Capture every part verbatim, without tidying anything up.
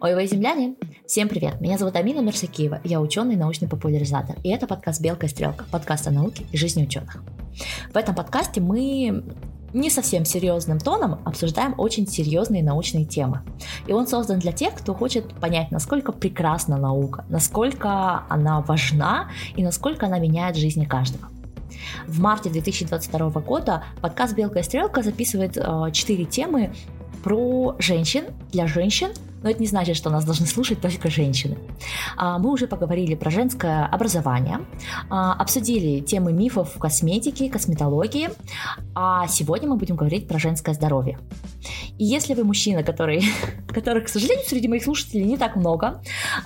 Ой, вы земляне! Всем привет! Меня зовут Амина Мерсакиева, я ученый и научный популяризатор, и это подкаст «Белка и стрелка», подкаст о науке и жизни ученых. В этом подкасте мы не совсем серьезным тоном обсуждаем очень серьезные научные темы. И он создан для тех, кто хочет понять, насколько прекрасна наука, насколько она важна и насколько она меняет жизни каждого. В марте две тысячи двадцать второго года подкаст «Белка и стрелка» записывает четыре темы про женщин, для женщин, но это не значит, что нас должны слушать только женщины. Мы уже поговорили про женское образование, обсудили темы мифов в косметике, косметологии, а сегодня мы будем говорить про женское здоровье. И если вы мужчина, который, которых, к сожалению, среди моих слушателей не так много,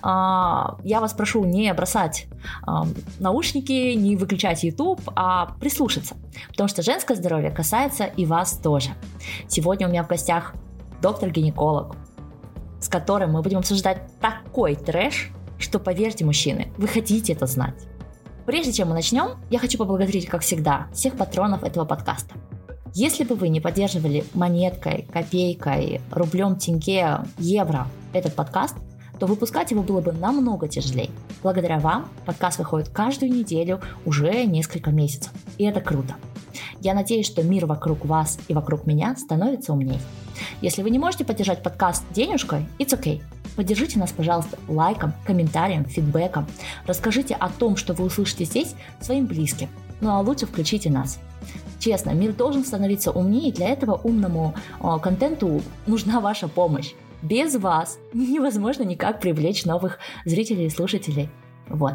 я вас прошу не бросать наушники, не выключать YouTube, а прислушаться, потому что женское здоровье касается и вас тоже. Сегодня у меня в гостях доктор-гинеколог, с которым мы будем обсуждать такой трэш, что, поверьте, мужчины, вы хотите это знать. Прежде чем мы начнем, я хочу поблагодарить, как всегда, всех патронов этого подкаста. Если бы вы не поддерживали монеткой, копейкой, рублем, тенге, евро этот подкаст, то выпускать его было бы намного тяжелее. Благодаря вам подкаст выходит каждую неделю уже несколько месяцев, и это круто. Я надеюсь, что мир вокруг вас и вокруг меня становится умнее. Если вы не можете поддержать подкаст денежкой, it's okay. Поддержите нас, пожалуйста, лайком, комментарием, фидбэком. Расскажите о том, что вы услышите здесь, своим близким. Ну а лучше включите нас. Честно, мир должен становиться умнее, и для этого умному о, контенту нужна ваша помощь. Без вас невозможно никак привлечь новых зрителей и слушателей. Вот.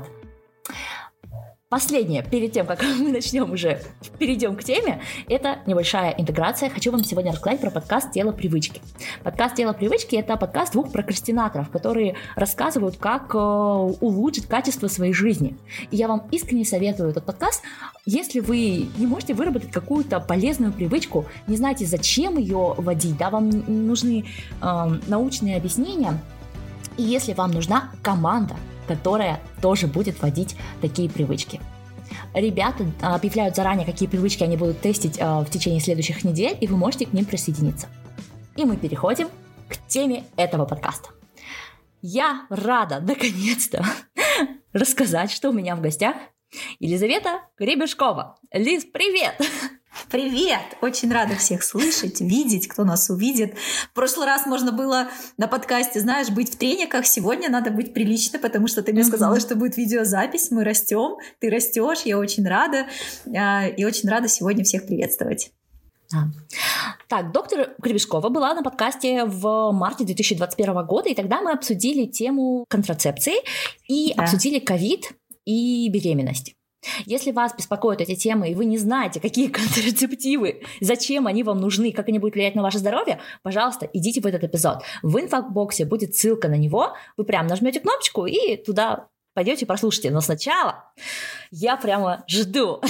Последнее, перед тем, как мы начнем уже, перейдем к теме, это небольшая интеграция. Хочу вам сегодня рассказать про подкаст «Тело привычки». Подкаст «Тело привычки» — это подкаст двух прокрастинаторов, которые рассказывают, как э, улучшить качество своей жизни. И я вам искренне советую этот подкаст. Если вы не можете выработать какую-то полезную привычку, не знаете, зачем ее вводить, да, вам нужны э, научные объяснения, и если вам нужна команда, которая тоже будет вводить такие привычки. Ребята объявляют заранее, какие привычки они будут тестить в течение следующих недель, и вы можете к ним присоединиться. И мы переходим к теме этого подкаста. Я рада, наконец-то, рассказать, что у меня в гостях Елизавета Гребешкова. Лиз, привет! Привет! Очень рада всех слышать, видеть, кто нас увидит. В прошлый раз можно было на подкасте, знаешь, быть в трениках. Сегодня надо быть прилично, потому что ты мне сказала, mm-hmm. что будет видеозапись. Мы растем, ты растешь. Я очень рада. И очень рада сегодня всех приветствовать. А. Так, доктор Гребешкова была на подкасте в марте две тысячи двадцать первого года, и тогда мы обсудили тему контрацепции и да. обсудили ковид и беременность. Если вас беспокоят эти темы, и вы не знаете, какие контрацептивы, зачем они вам нужны, как они будут влиять на ваше здоровье, пожалуйста, идите в этот эпизод. В инфобоксе будет ссылка на него, вы прям нажмете кнопочку и туда пойдете прослушайте. Но сначала я прямо жду.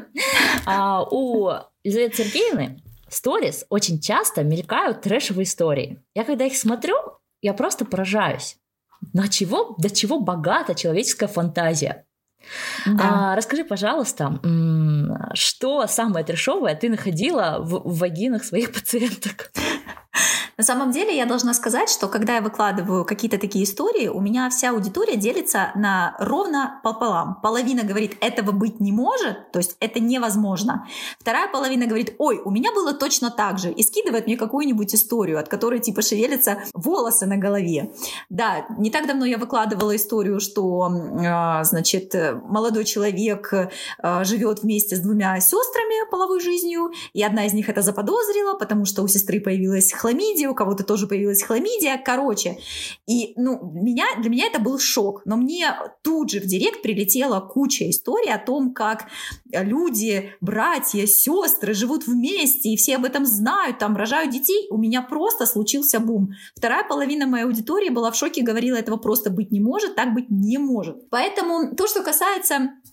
У Елизаветы Сергеевны в сторис очень часто мелькают трэшевые истории. Я когда их смотрю, я просто поражаюсь. На чего, до чего богата человеческая фантазия. Да. А, расскажи, пожалуйста, что самое трэшовое ты находила в, в вагинах своих пациенток? На самом деле я должна сказать, что когда я выкладываю какие-то такие истории, у меня вся аудитория делится на ровно пополам. Половина говорит, этого быть не может, то есть это невозможно. Вторая половина говорит, ой, у меня было точно так же, и скидывает мне какую-нибудь историю, от которой типа шевелятся волосы на голове. Да, не так давно я выкладывала историю, что, значит, молодой человек живет вместе с двумя сестрами половой жизнью, и одна из них это заподозрила, потому что у сестры появилась хламидия, у кого-то тоже появилась хламидия, короче. И, ну, меня, для меня это был шок. Но мне тут же в директ прилетела куча историй о том, как люди, братья, сестры живут вместе, и все об этом знают, там, рожают детей. У меня просто случился бум. Вторая половина моей аудитории была в шоке, говорила, этого просто быть не может, так быть не может. Поэтому то, что касается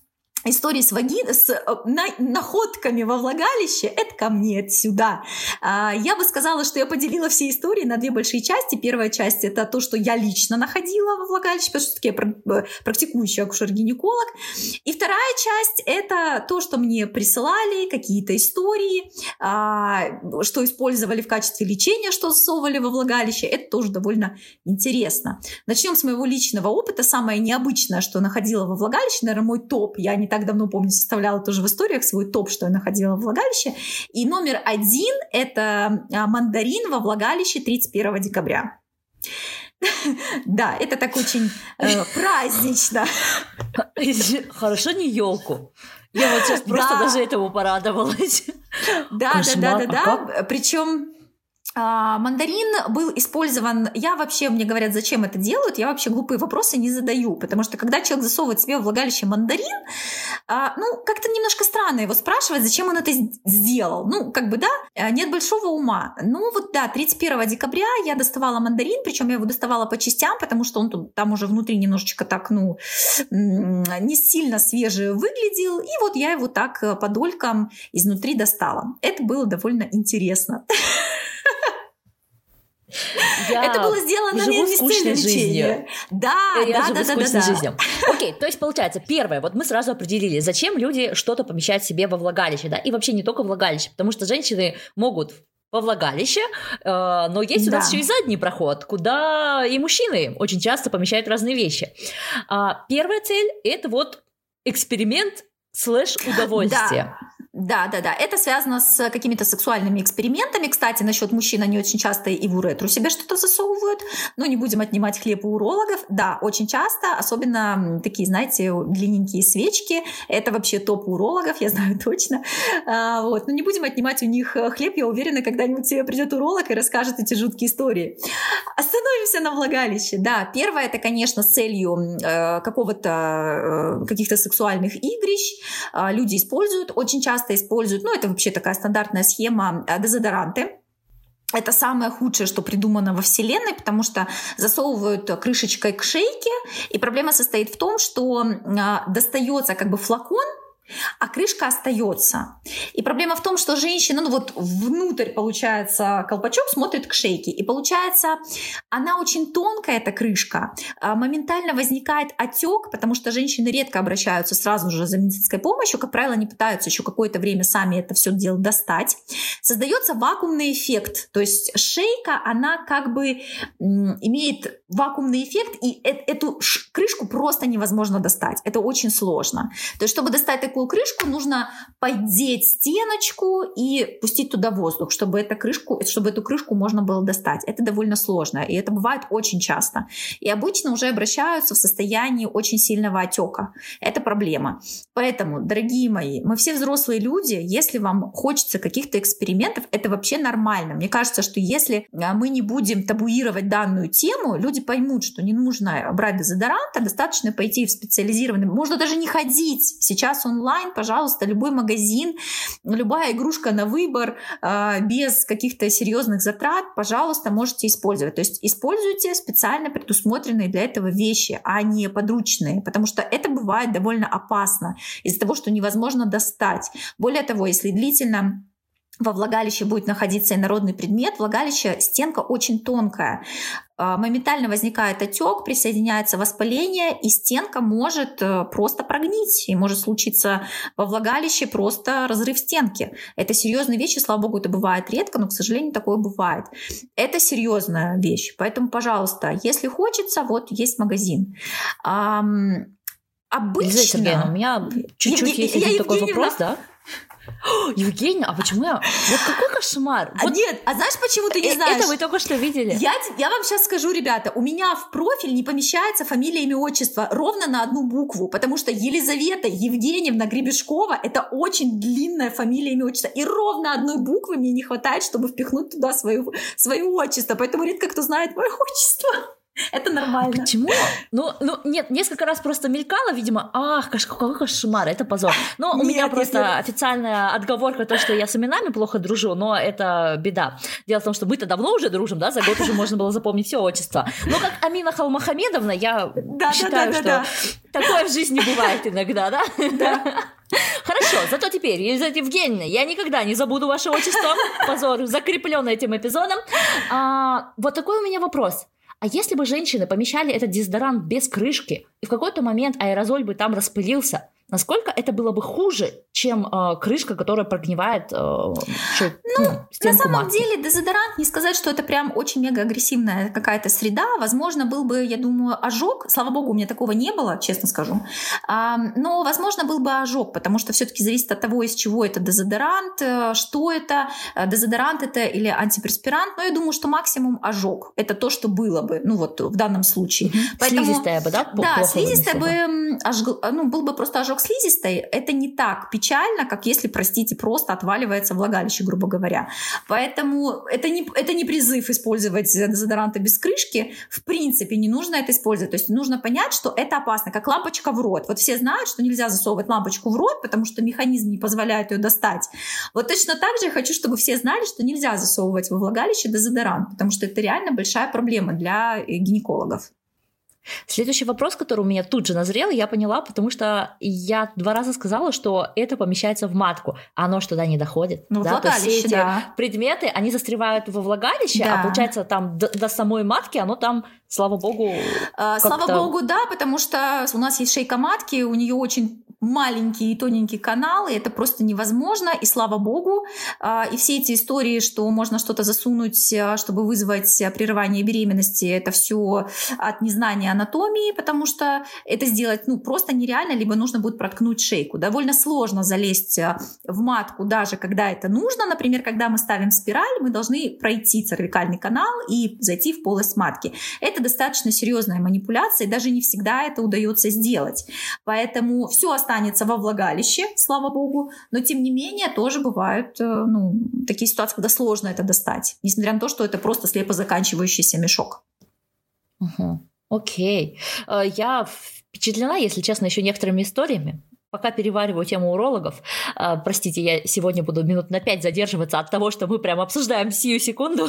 истории с, ваги... с на... находками во влагалище, это ко мне отсюда. А, я бы сказала, что я поделила все истории на две большие части. Первая часть — это то, что я лично находила во влагалище, потому что я практикующий акушер-гинеколог. И вторая часть — это то, что мне присылали, какие-то истории, а, что использовали в качестве лечения, что засовывали во влагалище. Это тоже довольно интересно. Начнем с моего личного опыта. Самое необычное, что находила во влагалище, наверное, мой топ. Я не так давно, помню, составляла тоже в историях свой топ, что я находила во влагалище. И номер один — это мандарин во влагалище тридцать первого декабря. Да, это так очень празднично. Хорошо, не елку. Я вот сейчас просто даже этому порадовалась. Да, да, да, да, да. Причем А, мандарин был использован, я вообще, мне говорят, зачем это делают, я вообще глупые вопросы не задаю, потому что когда человек засовывает себе в влагалище мандарин, а, ну, как-то немножко странно его спрашивать, зачем он это сделал. Ну, как бы, да, нет большого ума. Ну, вот, да, тридцать первого декабря я доставала мандарин, причем я его доставала по частям, потому что он тут, там уже внутри немножечко так, ну, не сильно свежий выглядел, и вот я его так по долькам изнутри достала. Это было довольно интересно. Я это было сделано не с целью лечения. Да, я да, живу да, скучной да, да. жизнью. Окей, то есть получается, первое, вот мы сразу определили, зачем люди что-то помещают себе во влагалище, да, и вообще не только в влагалище, потому что женщины могут во влагалище, э, но есть у нас да. еще и задний проход, куда и мужчины очень часто помещают разные вещи. А, первая цель — это вот эксперимент слэш удовольствие. Да. Да, да, да. Это связано с какими-то сексуальными экспериментами. Кстати, насчет мужчин, они очень часто и в уретру себе что-то засовывают. Но не будем отнимать хлеб у урологов. Да, очень часто, особенно такие, знаете, длинненькие свечки. Это вообще топ урологов, я знаю точно. А, вот. Но не будем отнимать у них хлеб. Я уверена, когда-нибудь тебе придет уролог и расскажет эти жуткие истории. Остановимся на влагалище. Да, первое, это, конечно, с целью э, какого-то, э, каких-то сексуальных игрищ. Э, люди используют очень часто используют, ну, это вообще такая стандартная схема, дезодоранты. Это самое худшее, что придумано во Вселенной, потому что засовывают крышечкой к шейке, и проблема состоит в том, что достается как бы флакон, а крышка остается. И проблема в том, что женщина, ну вот внутрь, получается, колпачок смотрит к шейке, и получается, она очень тонкая, эта крышка, моментально возникает отек, потому что женщины редко обращаются сразу же за медицинской помощью, как правило, они пытаются еще какое-то время сами это все дело достать. Создается вакуумный эффект, то есть шейка, она как бы м, имеет вакуумный эффект, и э- эту ш- крышку просто невозможно достать, это очень сложно. То есть, чтобы достать такую крышку, нужно поддеть стеночку и пустить туда воздух, чтобы, эту крышку, чтобы эту крышку можно было достать. Это довольно сложно, и это бывает очень часто. И обычно уже обращаются в состоянии очень сильного отека. Это проблема. Поэтому, дорогие мои, мы все взрослые люди, если вам хочется каких-то экспериментов, это вообще нормально. Мне кажется, что если мы не будем табуировать данную тему, люди поймут, что не нужно брать дезодорант, а достаточно пойти в специализированный, можно даже не ходить. Сейчас онлайн онлайн, пожалуйста, любой магазин, любая игрушка на выбор, э, без каких-то серьезных затрат, пожалуйста, можете использовать. То есть используйте специально предусмотренные для этого вещи, а не подручные, потому что это бывает довольно опасно из-за того, что невозможно достать. Более того, если длительно во влагалище будет находиться инородный предмет, влагалище, стенка очень тонкая. Моментально возникает отек, присоединяется воспаление, и стенка может просто прогнить, и может случиться во влагалище просто разрыв стенки. Это серьезные вещи, слава богу, это бывает редко, но, к сожалению, такое бывает. Это серьезная вещь, поэтому, пожалуйста, если хочется, вот есть магазин. Обычно... Елизавета Сергеевна, у меня чуть-чуть есть один такой вопрос, да? Евгения, а почему я... Вот какой кошмар! А вот... Нет, а знаешь, почему ты не знаешь? Это вы только что видели. Я, я вам сейчас скажу, ребята, у меня в профиль не помещается фамилия, имя, отчество ровно на одну букву, потому что Елизавета Евгеньевна Гребешкова — это очень длинная фамилия, имя, отчество, и ровно одной буквы мне не хватает, чтобы впихнуть туда свое, свое отчество, поэтому редко кто знает мое отчество. Это нормально. А почему? Ну, ну, нет, несколько раз просто мелькало, видимо, ах, какой кошмар, это позор. Но у меня просто официальная отговорка, то, что я с именами плохо дружу, но это беда. Дело в том, что мы-то давно уже дружим, да, за год уже можно было запомнить все отчество. Но как Амина Халмахамедовна, я да, считаю, да, да, что да, да. такое в жизни бывает иногда, да? Да. Хорошо, зато теперь, Елизавета Евгеньевна, я никогда не забуду ваше отчество, позор, закреплен этим эпизодом. А, вот такой у меня вопрос. А если бы женщины помещали этот дезодорант без крышки, и в какой-то момент аэрозоль бы там распылился, насколько это было бы хуже, чем э, крышка, которая прогнивает э, шо, ну, ну, на самом матки? деле дезодорант, не сказать, что это прям очень мега-агрессивная какая-то среда. Возможно, был бы, я думаю, ожог. Слава богу, у меня такого не было, честно скажу. А, но, возможно, был бы ожог, потому что все-таки зависит от того, из чего это дезодорант, что это, дезодорант это или антиперспирант. Но я думаю, что максимум ожог. Это то, что было бы, ну вот в данном случае. Mm-hmm. Поэтому, слизистая бы, да? Да, слизистая бы, ожг, ну, был бы просто ожог слизистой. Это не так печально, как если, простите, просто отваливается влагалище, грубо говоря. Поэтому это не, это не призыв использовать дезодоранты без крышки. В принципе, не нужно это использовать. То есть нужно понять, что это опасно, как лампочка в рот. Вот все знают, что нельзя засовывать лампочку в рот, потому что механизм не позволяет ее достать. Вот точно так же я хочу, чтобы все знали, что нельзя засовывать во влагалище дезодорант, потому что это реально большая проблема для гинекологов. Следующий вопрос, который у меня тут же назрел, я поняла, потому что я два раза сказала, что это помещается в матку, а оно ж туда не доходит. Ну, да? То есть все эти да. предметы, они застревают во влагалище, да. а получается там до, до самой матки оно там, слава богу, а, Слава богу, да, потому что у нас есть шейка матки, у нее очень маленькие и тоненькие каналы, это просто невозможно, и слава богу. И все эти истории, что можно что-то засунуть, чтобы вызвать прерывание беременности, это все от незнания анатомии, потому что это сделать ну, просто нереально, либо нужно будет проткнуть шейку. Довольно сложно залезть в матку, даже когда это нужно. Например, когда мы ставим спираль, мы должны пройти цервикальный канал и зайти в полость матки. Это достаточно серьезная манипуляция, и даже не всегда это удается сделать. Поэтому все остальное останется во влагалище, слава богу, но тем не менее тоже бывают ну, такие ситуации, когда сложно это достать, несмотря на то, что это просто слепо заканчивающийся мешок. Угу. Окей. Я впечатлена, если честно, еще некоторыми историями. Пока перевариваю тему урологов, э, простите, я сегодня буду минут на пять задерживаться от того, что мы прям обсуждаем сию секунду.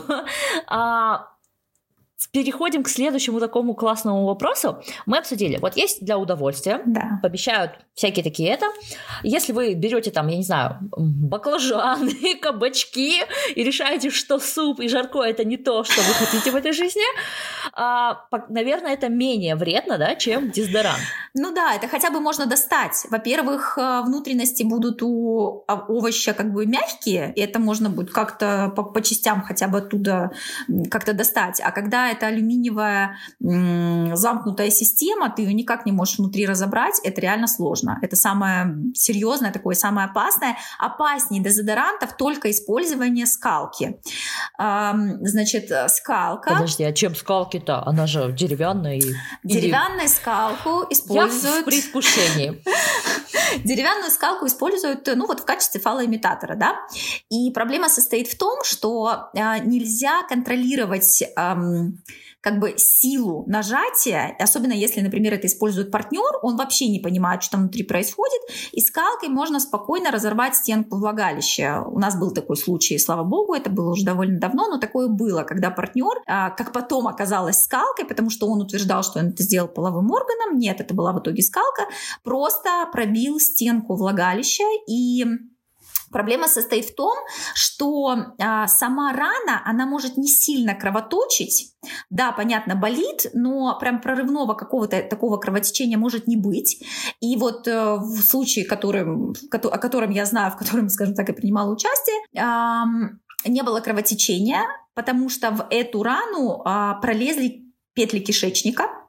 Переходим к следующему такому классному вопросу. Мы обсудили, вот есть для удовольствия, да. Обещают всякие такие это. Если вы берете там, я не знаю, баклажаны, кабачки и решаете, что суп и жаркое это не то, что вы хотите в этой жизни, а, наверное, это менее вредно, да, чем дезодорант. Ну да, это хотя бы можно достать. Во-первых, внутренности будут у овоща как бы мягкие, и это можно будет как-то по, по частям хотя бы оттуда как-то достать. А когда это алюминиевая м- замкнутая система, ты ее никак не можешь внутри разобрать, это реально сложно. Это самое серьезное, такое самое опасное. Опаснее дезодорантов только использование скалки. Эм, значит, скалка... Подожди, а чем скалки-то? Она же деревянная. И... Деревянную скалку используют... Я в предвкушении. Деревянную скалку используют ну, вот в качестве фалоимитатора. Да? И проблема состоит в том, что э, нельзя контролировать... Эм, как бы силу нажатия, особенно если, например, это использует партнер, он вообще не понимает, что там внутри происходит, и скалкой можно спокойно разорвать стенку влагалища. У нас был такой случай, слава богу, это было уже довольно давно, но такое было, когда партнер, как потом оказалось скалкой, потому что он утверждал, что он это сделал половым органом, нет, это была в итоге скалка, просто пробил стенку влагалища, и проблема состоит в том, что а, сама рана, она может не сильно кровоточить. Да, понятно, болит, но прям прорывного какого-то такого кровотечения может не быть. И вот э, в случае, которым, о котором я знаю, в котором, скажем так, я принимала участие, э, не было кровотечения, потому что в эту рану э, пролезли петли кишечника.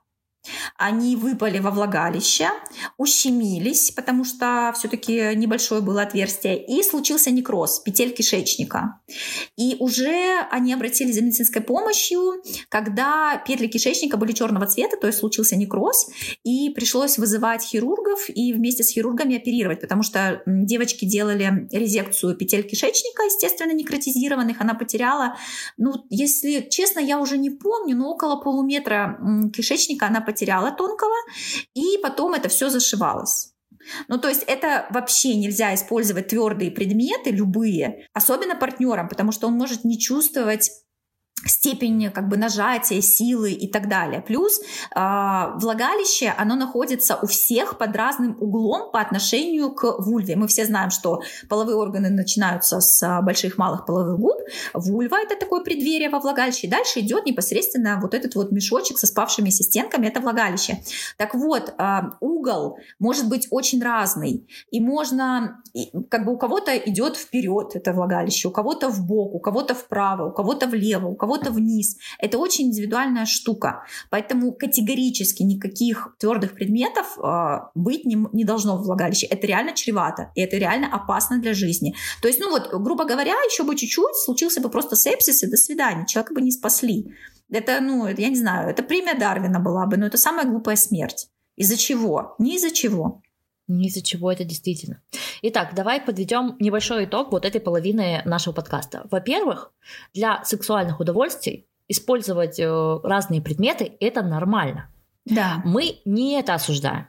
Они выпали во влагалище, ущемились, потому что все-таки небольшое было отверстие, и случился некроз петель кишечника. И уже они обратились за медицинской помощью, когда петли кишечника были черного цвета, то есть случился некроз, и пришлось вызывать хирургов и вместе с хирургами оперировать, потому что девочки делали резекцию петель кишечника, естественно, некротизированных. Она потеряла, ну, если честно, я уже не помню, но около полуметра кишечника она потеряла. потеряла тонкого, и потом это все зашивалось. Ну, то есть это вообще нельзя использовать твердые предметы, любые, особенно партнерам, потому что он может не чувствовать степень как бы нажатия, силы и так далее. Плюс э, влагалище, оно находится у всех под разным углом по отношению к вульве. Мы все знаем, что половые органы начинаются с больших малых половых губ. Вульва — это такое преддверие во влагалище. И дальше идет непосредственно вот этот вот мешочек со спавшимися стенками, это влагалище. Так вот, э, угол может быть очень разный. И можно, и, как бы у кого-то идет вперед это влагалище, у кого-то в бок, у кого-то вправо, у кого-то влево, у кого-то вниз. Это очень индивидуальная штука. Поэтому категорически никаких твердых предметов э, быть не, не должно в влагалище. Это реально чревато. И это реально опасно для жизни. То есть, ну вот, грубо говоря, еще бы чуть-чуть, случился бы просто сепсис, и до свидания. Человека бы не спасли. Это, ну, я не знаю, это премия Дарвина была бы, но это самая глупая смерть. Из-за чего? Не из-за чего. Не из-за чего это действительно. Итак, давай подведем небольшой итог вот этой половины нашего подкаста. Во-первых, для сексуальных удовольствий использовать э, разные предметы – это нормально. Да. Мы не это осуждаем.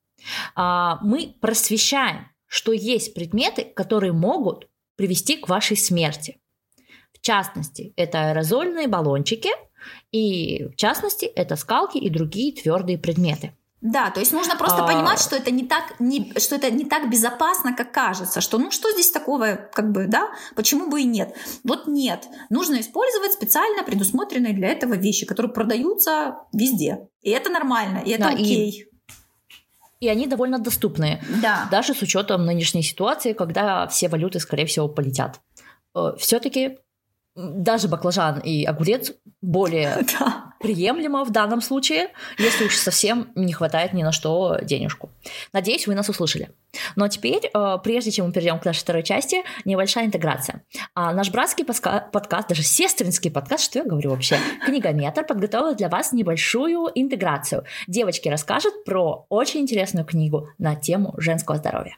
А, мы просвещаем, что есть предметы, которые могут привести к вашей смерти. В частности, это аэрозольные баллончики, и в частности, это скалки и другие твердые предметы. Да, то есть нужно просто а... понимать, что это не так, не, что это не так безопасно, как кажется, что ну что здесь такого, как бы, да, почему бы и нет. Вот нет, нужно использовать специально предусмотренные для этого вещи, которые продаются везде, и это нормально, и это да, окей. И... и они довольно доступные, да. Даже с учетом нынешней ситуации, когда все валюты, скорее всего, полетят. Все-таки даже баклажан и огурец более да. приемлемо в данном случае, если уж совсем не хватает ни на что денежку. Надеюсь, вы нас услышали. Но теперь, прежде чем мы перейдем к нашей второй части, небольшая интеграция. Наш братский подкаст, даже сестринский подкаст, что я говорю вообще, «Книгометр» подготовил для вас небольшую интеграцию. Девочки расскажут про очень интересную книгу на тему женского здоровья.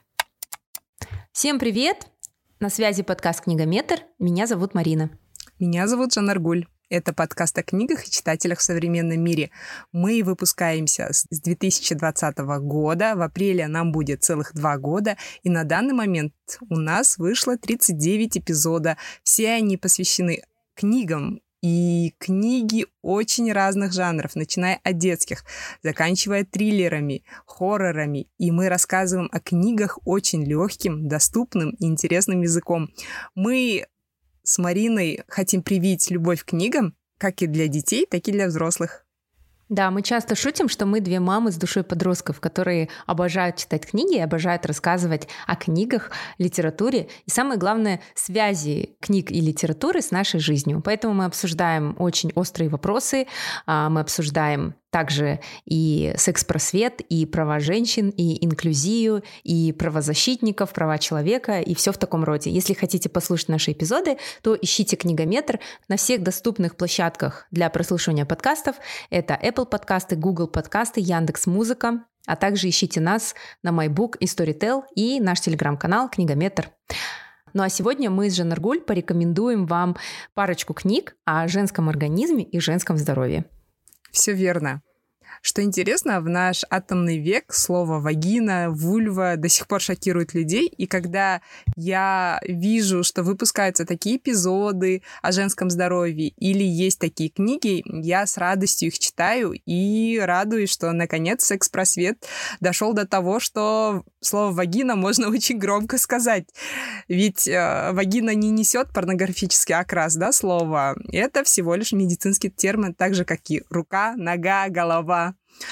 Всем привет! На связи подкаст «Книгометр». Меня зовут Марина. Меня зовут Жанаргуль. Это подкаст о книгах и читателях в современном мире. Мы выпускаемся с две тысячи двадцатого года. В апреле нам будет целых два года. И на данный момент у нас вышло тридцать девять эпизодов. Все они посвящены книгам. И книги очень разных жанров, начиная от детских, заканчивая триллерами, хоррорами. И мы рассказываем о книгах очень легким, доступным и интересным языком. Мы с Мариной хотим привить любовь к книгам, как и для детей, так и для взрослых. Да, мы часто шутим, что мы две мамы с душой подростков, которые обожают читать книги и обожают рассказывать о книгах, литературе и, самое главное, связи книг и литературы с нашей жизнью. Поэтому мы обсуждаем очень острые вопросы, мы обсуждаем также и секс-просвет, и права женщин, и инклюзию, и правозащитников, права человека, и все в таком роде. Если хотите послушать наши эпизоды, то ищите «Книгометр» на всех доступных площадках для прослушивания подкастов. Это Apple подкасты, Google подкасты, Яндекс.Музыка, а также ищите нас на MyBook и Storytel и наш телеграм-канал «Книгометр». Ну а сегодня мы с Жанаргуль порекомендуем вам парочку книг о женском организме и женском здоровье. Все верно. Что интересно, в наш атомный век слово «вагина», «вульва» до сих пор шокирует людей, и когда я вижу, что выпускаются такие эпизоды о женском здоровье или есть такие книги, я с радостью их читаю и радуюсь, что, наконец, секс-просвет дошел до того, что слово «вагина» можно очень громко сказать. Ведь э, вагина не несет порнографический окрас, да, слова. Это всего лишь медицинский термин, так же, как и рука, нога, голова.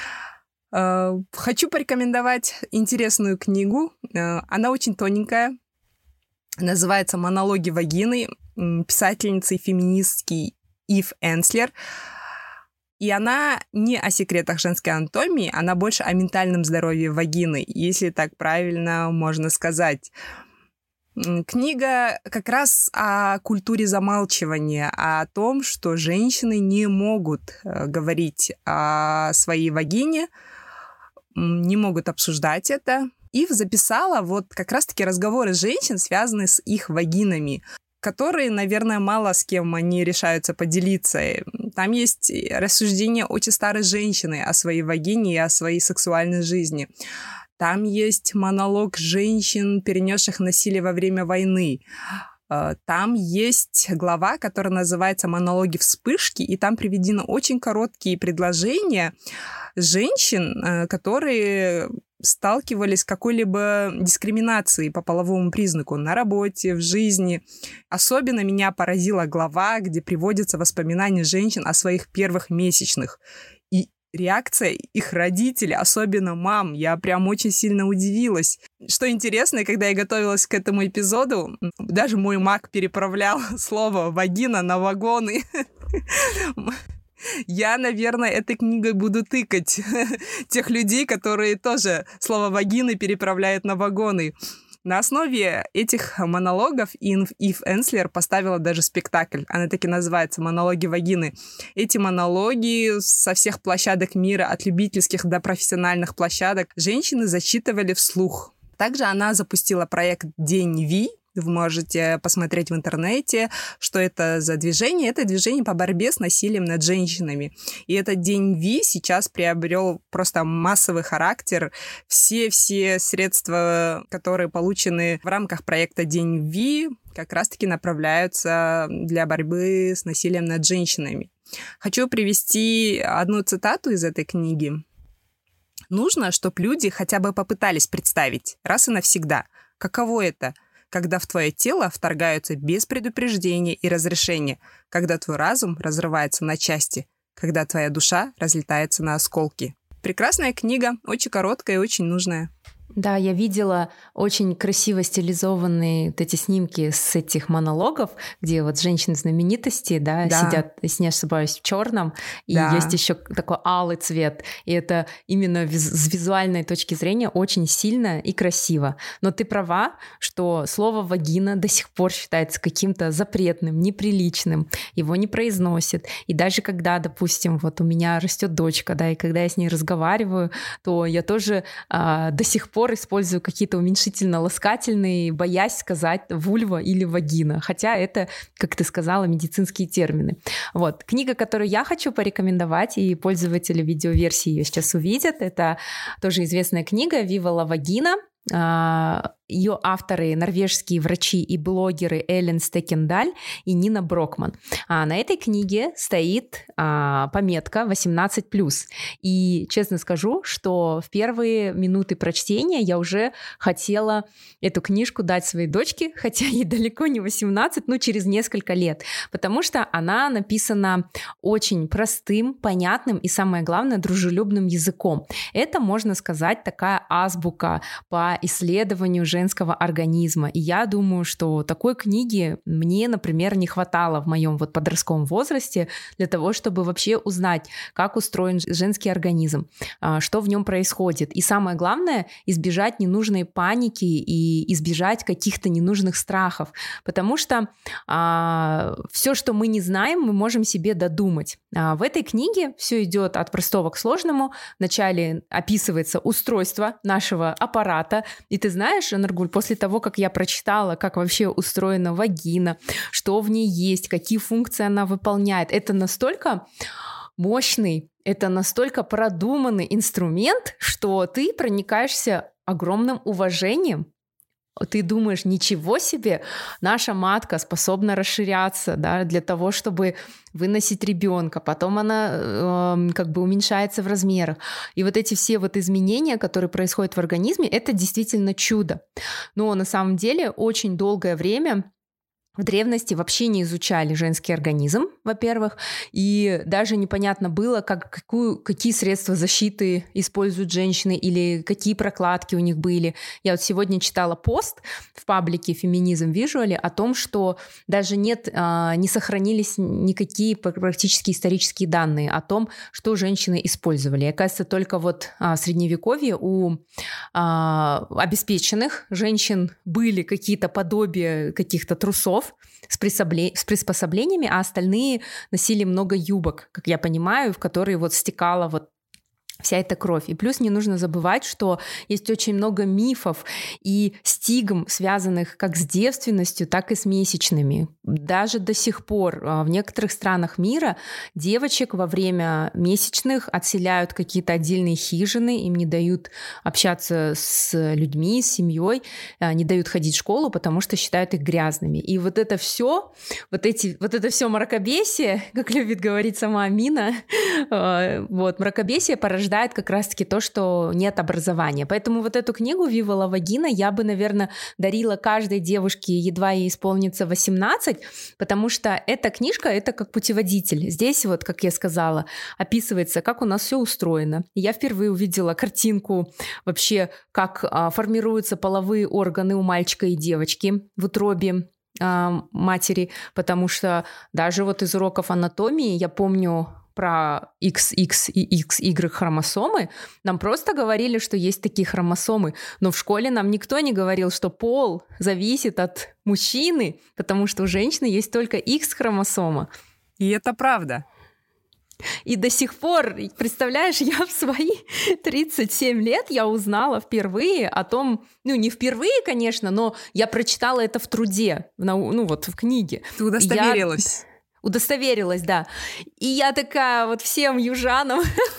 Хочу порекомендовать интересную книгу. Она очень тоненькая. Называется «Монологи вагины» писательницы и феминистки Ив Энслер. И она не о секретах женской анатомии, она больше о ментальном здоровье вагины, если так правильно можно сказать. Книга как раз о культуре замалчивания, о том, что женщины не могут говорить о своей вагине, не могут обсуждать это. Ив записала вот как раз-таки разговоры женщин, связанные с их вагинами, которые, наверное, мало с кем они решаются поделиться. Там есть рассуждения очень старой женщины о своей вагине и о своей сексуальной жизни. Там есть монолог женщин, перенесших насилие во время войны. Там есть глава, которая называется «Монологи вспышки», и там приведены очень короткие предложения женщин, которые сталкивались с какой-либо дискриминацией по половому признаку на работе, в жизни. Особенно меня поразила глава, где приводятся воспоминания женщин о своих первых месячных. И реакция их родителей, особенно мам, я прям очень сильно удивилась. Что интересно, когда я готовилась к этому эпизоду, даже мой маг переправлял слово «вагина» на вагоны. Я, наверное, этой книгой буду тыкать тех людей, которые тоже слово «вагины» переправляют на вагоны. На основе этих монологов Ив Энслер поставила даже спектакль. Она таки называется «Монологи вагины». Эти монологи со всех площадок мира, от любительских до профессиональных площадок, женщины зачитывали вслух. Также она запустила проект «День Ви». Вы можете посмотреть в интернете, что это за движение. Это движение по борьбе с насилием над женщинами. И этот День Ви сейчас приобрел просто массовый характер. Все-все средства, которые получены в рамках проекта День Ви, как раз-таки направляются для борьбы с насилием над женщинами. Хочу привести одну цитату из этой книги. «Нужно, чтобы люди хотя бы попытались представить раз и навсегда, каково это — когда в твое тело вторгаются без предупреждения и разрешения, когда твой разум разрывается на части, когда твоя душа разлетается на осколки». Прекрасная книга, очень короткая и очень нужная. Да, я видела очень красиво стилизованные вот эти снимки с этих монологов, где вот женщины-знаменитости, да, да. сидят, если не ошибаюсь, в черном, и да. есть еще такой алый цвет. И это именно с визуальной точки зрения очень сильно и красиво. Но ты права, что слово «вагина» до сих пор считается каким-то запретным, неприличным, его не произносят. И даже когда, допустим, вот у меня растет дочка, да, и когда я с ней разговариваю, то я тоже а, до сих пор использую какие-то уменьшительно-ласкательные, боясь сказать вульва или вагина, хотя это, как ты сказала, медицинские термины. Вот. Книга, которую я хочу порекомендовать, и пользователи видеоверсии ее сейчас увидят, это тоже известная книга «Viva la Vagina». Ее авторы — норвежские врачи и блогеры Эллен Стекендаль и Нина Брокман. А на этой книге стоит а, пометка восемнадцать плюс. И честно скажу, что в первые минуты прочтения я уже хотела эту книжку дать своей дочке, хотя ей далеко не восемнадцать, но через несколько лет, потому что она написана очень простым, понятным и, самое главное, дружелюбным языком. Это, можно сказать, такая азбука по исследованию женского организма. И я думаю, что такой книги мне, например, не хватало в моем вот подростковом возрасте для того, чтобы вообще узнать, как устроен женский организм, что в нем происходит. И самое главное, избежать ненужной паники и избежать каких-то ненужных страхов. Потому что а, все, что мы не знаем, мы можем себе додумать. А в этой книге все идет от простого к сложному. Вначале описывается устройство нашего аппарата. И ты знаешь, Наргуль, после того, как я прочитала, как вообще устроена вагина, что в ней есть, какие функции она выполняет, это настолько мощный, это настолько продуманный инструмент, что ты проникаешься огромным уважением. Ты думаешь, ничего себе, наша матка способна расширяться, да, для того, чтобы выносить ребенка, потом она э, как бы уменьшается в размерах. И вот эти все вот изменения, которые происходят в организме, это действительно чудо. Но на самом деле очень долгое время В древности вообще не изучали женский организм, во-первых, и даже непонятно было, как, какую, какие средства защиты используют женщины или какие прокладки у них были. Я вот сегодня читала пост в паблике «Феминизм Вижуали» о том, что даже нет, не сохранились никакие практически исторические данные о том, что женщины использовали. И, оказывается, только вот в Средневековье у обеспеченных женщин были какие-то подобия каких-то трусов, С, присобле... с приспособлениями, а остальные носили много юбок, как я понимаю, в которые вот стекала вот вся эта кровь. И плюс не нужно забывать, что есть очень много мифов и стигм, связанных как с девственностью, так и с месячными. Даже до сих пор в некоторых странах мира девочек во время месячных отселяют какие-то отдельные хижины, им не дают общаться с людьми, с семьей, не дают ходить в школу, потому что считают их грязными. И вот это все, вот, эти, вот это все мракобесие, как любит говорить сама Амина, вот, мракобесие порождает как раз-таки то, что нет образования. Поэтому вот эту книгу «Viva la Vagina» я бы, наверное, дарила каждой девушке, едва ей исполнится восемнадцать, потому что эта книжка — это как путеводитель. Здесь вот, как я сказала, описывается, как у нас все устроено. Я впервые увидела картинку вообще, как а, формируются половые органы у мальчика и девочки в утробе матери, потому что даже вот из уроков анатомии я помню про икс икс и икс игрек хромосомы, нам просто говорили, что есть такие хромосомы, но в школе нам никто не говорил, что пол зависит от мужчины, потому что у женщины есть только X-хромосома. И это правда. И до сих пор, представляешь, я в свои тридцать семь лет я узнала впервые о том, ну не впервые, конечно, но я прочитала это в труде, в нау- ну вот в книге. Ты удостоверилась. Я... Удостоверилась, да. И я такая вот всем южанам,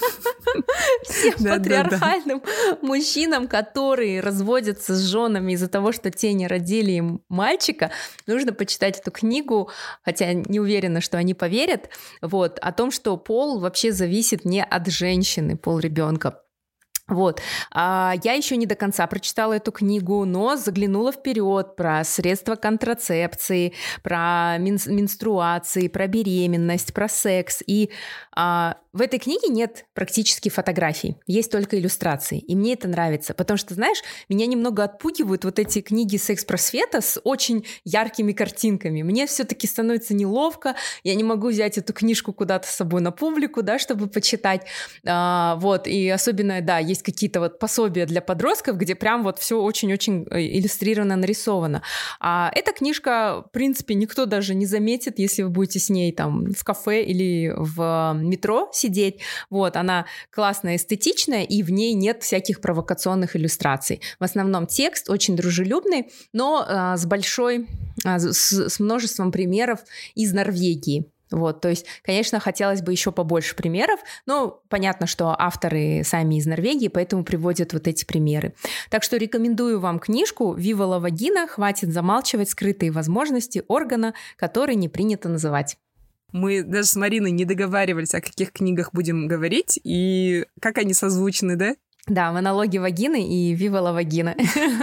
всем патриархальным мужчинам, которые разводятся с женами из-за того, что те не родили им мальчика, нужно почитать эту книгу, хотя не уверена, что они поверят, вот, о том, что пол вообще зависит не от женщины, пол ребенка. Вот. А я еще не до конца прочитала эту книгу, но заглянула вперед про средства контрацепции, про мин- менструации, про беременность, про секс. И а, в этой книге нет практически фотографий, есть только иллюстрации. И мне это нравится, потому что, знаешь, меня немного отпугивают вот эти книги секс-просвета с очень яркими картинками. Мне все-таки становится неловко, я не могу взять эту книжку куда-то с собой на публику, да, чтобы почитать. А, вот, и особенно, да, есть какие-то вот пособия для подростков, где прям вот все очень-очень иллюстрировано, нарисовано. А эта книжка, в принципе, никто даже не заметит, если вы будете с ней там в кафе или в метро сидеть. Вот, она классная, эстетичная, и в ней нет всяких провокационных иллюстраций. В основном текст очень дружелюбный, но а, с большой, а, с, с множеством примеров из Норвегии. Вот, то есть, конечно, хотелось бы еще побольше примеров, но понятно, что авторы сами из Норвегии, поэтому приводят вот эти примеры. Так что рекомендую вам книжку «Viva la Vagina. Хватит замалчивать скрытые возможности органа, который не принято называть». Мы даже с Мариной не договаривались, о каких книгах будем говорить, и как они созвучны, да? Да, «Монологи вагины» и «Viva la Vagina».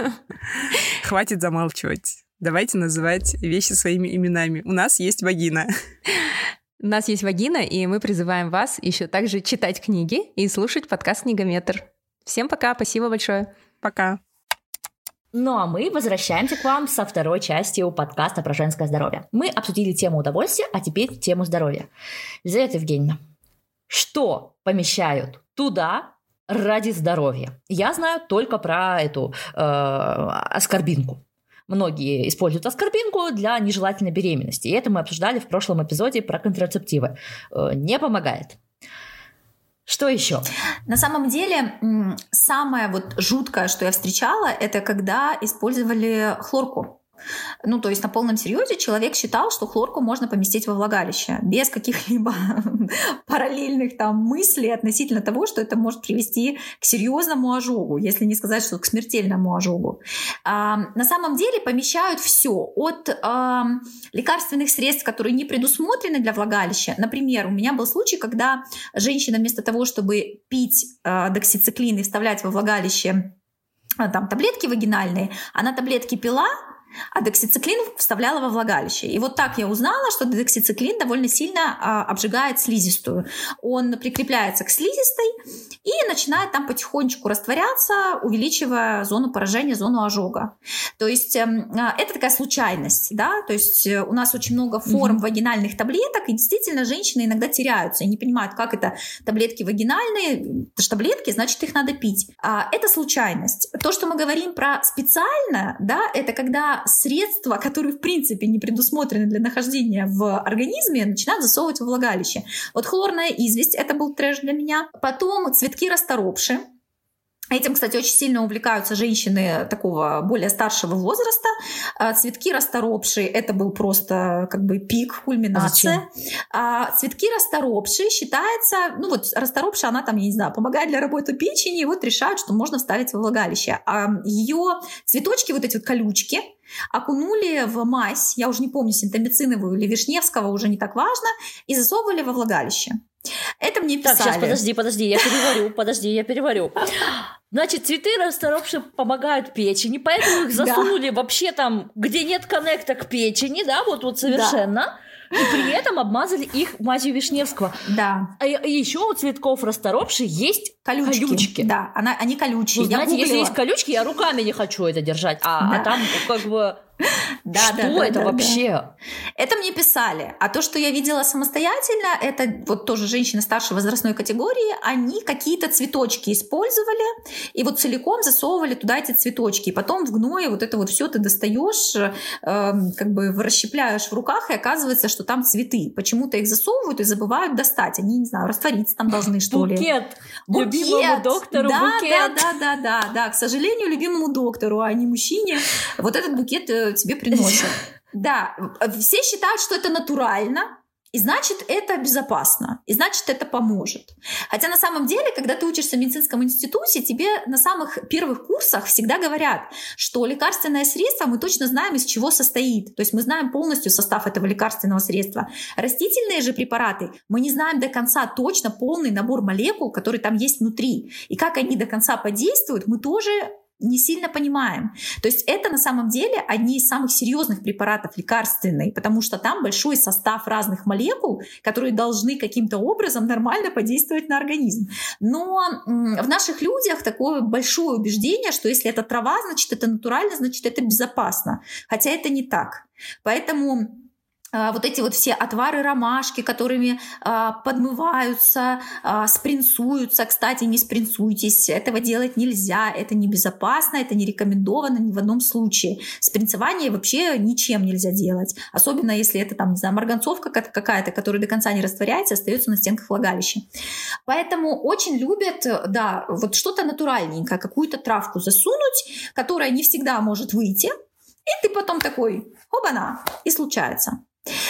Хватит замалчивать. Давайте называть вещи своими именами. У нас есть вагина. У нас есть вагина, и мы призываем вас еще также читать книги и слушать подкаст «Книгометр». Всем пока, спасибо большое. Пока. Ну а мы возвращаемся к вам со второй частью подкаста про женское здоровье. Мы обсудили тему удовольствия, а теперь тему здоровья. Елизавета Евгеньевна, что помещают туда ради здоровья? Я знаю только про эту э, аскорбинку. Многие используют аскорбинку для нежелательной беременности. И это мы обсуждали в прошлом эпизоде про контрацептивы. Не помогает. Что еще? На самом деле, самое вот жуткое, что я встречала, это когда использовали хлорку. Ну, то есть на полном серьезе человек считал, что хлорку можно поместить во влагалище без каких-либо параллельных там мыслей относительно того, что это может привести к серьезному ожогу, если не сказать, что к смертельному ожогу. А, на самом деле помещают все от а, лекарственных средств, которые не предусмотрены для влагалища. Например, у меня был случай, когда женщина вместо того, чтобы пить а, доксициклин и вставлять во влагалище а, там таблетки вагинальные, она таблетки пила, а доксициклин вставляла во влагалище. И вот так я узнала, что доксициклин довольно сильно а, обжигает слизистую. Он прикрепляется к слизистой и начинает там потихонечку растворяться, увеличивая зону поражения, зону ожога. То есть э, это такая случайность, да, то есть у нас очень много форм mm-hmm. вагинальных таблеток, и действительно женщины иногда теряются и не понимают, как это таблетки вагинальные, это же таблетки, значит, их надо пить. А, это случайность. То, что мы говорим про специально, да, это когда средства, которые в принципе не предусмотрены для нахождения в организме, начинают засовывать во влагалище. Вот хлорная известь, это был трэш для меня. Потом цветки расторопши. Этим, кстати, очень сильно увлекаются женщины такого более старшего возраста. Цветки расторопши — это был просто как бы пик, кульминация. А цветки расторопши считается, ну вот расторопша, она там, я не знаю, помогает для работы печени, и вот решают, что можно вставить во влагалище. А ее цветочки, вот эти вот колючки, окунули в мазь, я уже не помню, синтомициновую или вишневского, уже не так важно, и засовывали во влагалище. Это мне писали. Так, сейчас, подожди, подожди, я переварю, подожди, я переварю. Значит, цветы расторопши помогают печени, поэтому их засунули да. вообще там, где нет коннекта к печени, да, вот, вот совершенно. Да. И при этом обмазали их мазью Вишневского. Да. А еще у цветков расторопши есть колючки. колючки. Да, она, они колючие. Ну, знаете, если есть колючки, я руками не хочу это держать. А, да. а там как бы... Да, что да, да, это да, вообще? Да. Это мне писали. А то, что я видела самостоятельно, это вот тоже женщины старшей возрастной категории, они какие-то цветочки использовали и вот целиком засовывали туда эти цветочки. И потом в гное вот это вот все ты достаешь, э, как бы расщепляешь в руках, и оказывается, что там цветы. Почему-то их засовывают и забывают достать. Они, не знаю, раствориться там должны, что ли. Букет. Букет. Любимому доктору да, букет. Да, да, да, да, да. К сожалению, любимому доктору, а не мужчине. Вот этот букет тебе приносят. Да, все считают, что это натурально, и значит, это безопасно, и значит, это поможет. Хотя на самом деле, когда ты учишься в медицинском институте, тебе на самых первых курсах всегда говорят, что лекарственное средство мы точно знаем, из чего состоит. То есть мы знаем полностью состав этого лекарственного средства. Растительные же препараты мы не знаем до конца точно полный набор молекул, которые там есть внутри. И как они до конца подействуют, мы тоже не сильно понимаем. То есть это на самом деле одни из самых серьезных препаратов лекарственные, потому что там большой состав разных молекул, которые должны каким-то образом нормально подействовать на организм. Но в наших людях такое большое убеждение, что если это трава, значит это натурально, значит это безопасно. Хотя это не так. Поэтому вот эти вот все отвары ромашки, которыми а, подмываются, а, спринцуются. Кстати, не спринцуйтесь, этого делать нельзя, это небезопасно, это не рекомендовано ни в одном случае. Спринцевание вообще ничем нельзя делать, особенно если это там, не знаю, марганцовка какая-то, которая до конца не растворяется, остается на стенках влагалища. Поэтому очень любят, да, вот что-то натуральненькое, какую-то травку засунуть, которая не всегда может выйти, и ты потом такой, оба-на, и случается.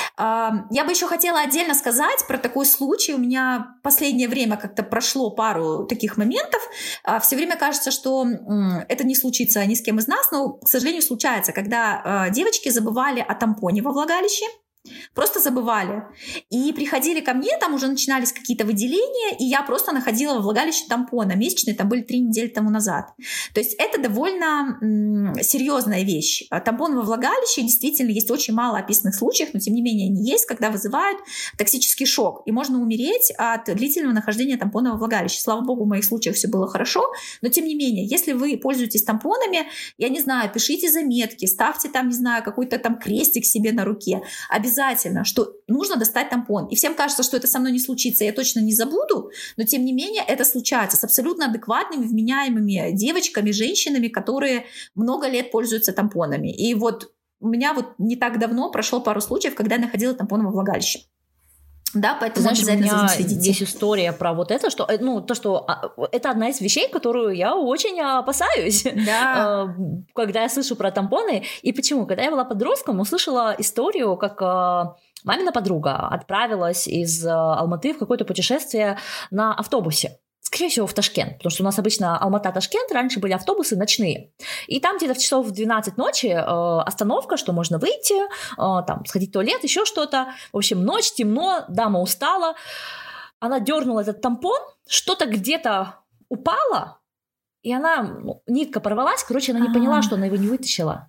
Я бы еще хотела отдельно сказать про такой случай. У меня в последнее время как-то прошло пару таких моментов. Все время кажется, что это не случится ни с кем из нас, но, к сожалению, случается, когда девочки забывали о тампоне во влагалище. Просто забывали. И приходили ко мне, там уже начинались какие-то выделения, и я просто находила во влагалище тампона. Месячные там были три недели тому назад. То есть это довольно м- серьезная вещь. Тампон во влагалище действительно есть очень мало описанных случаев, но тем не менее они есть, когда вызывают токсический шок. И можно умереть от длительного нахождения тампона во влагалище. Слава богу, в моих случаях все было хорошо, но тем не менее, если вы пользуетесь тампонами, я не знаю, пишите заметки, ставьте там, не знаю, какой-то там крестик себе на руке. Обязательно Обязательно, что нужно достать тампон. И всем кажется, что это со мной не случится, я точно не забуду, но тем не менее это случается с абсолютно адекватными, вменяемыми девочками, женщинами, которые много лет пользуются тампонами. И вот у меня вот не так давно прошло пару случаев, когда я находила тампон во влагалище. Да, поэтому знаешь, обязательно у меня следите. Есть история про вот это, что, ну, то, что это одна из вещей, которую я очень опасаюсь, да. когда я слышу про тампоны. И почему? Когда я была подростком, услышала историю, как мамина подруга отправилась из Алматы в какое-то путешествие на автобусе. Скорее всего, в Ташкент, потому что у нас обычно Алмата-Ташкент, раньше были автобусы ночные. И там где-то в часов в двенадцать ночи э, остановка, что можно выйти, э, там, сходить в туалет, еще что-то. В общем, ночь, темно, дама устала. Она дернула этот тампон, что-то где-то упало, и она, ну, нитка порвалась, короче, она не А-а-а. поняла, что она его не вытащила.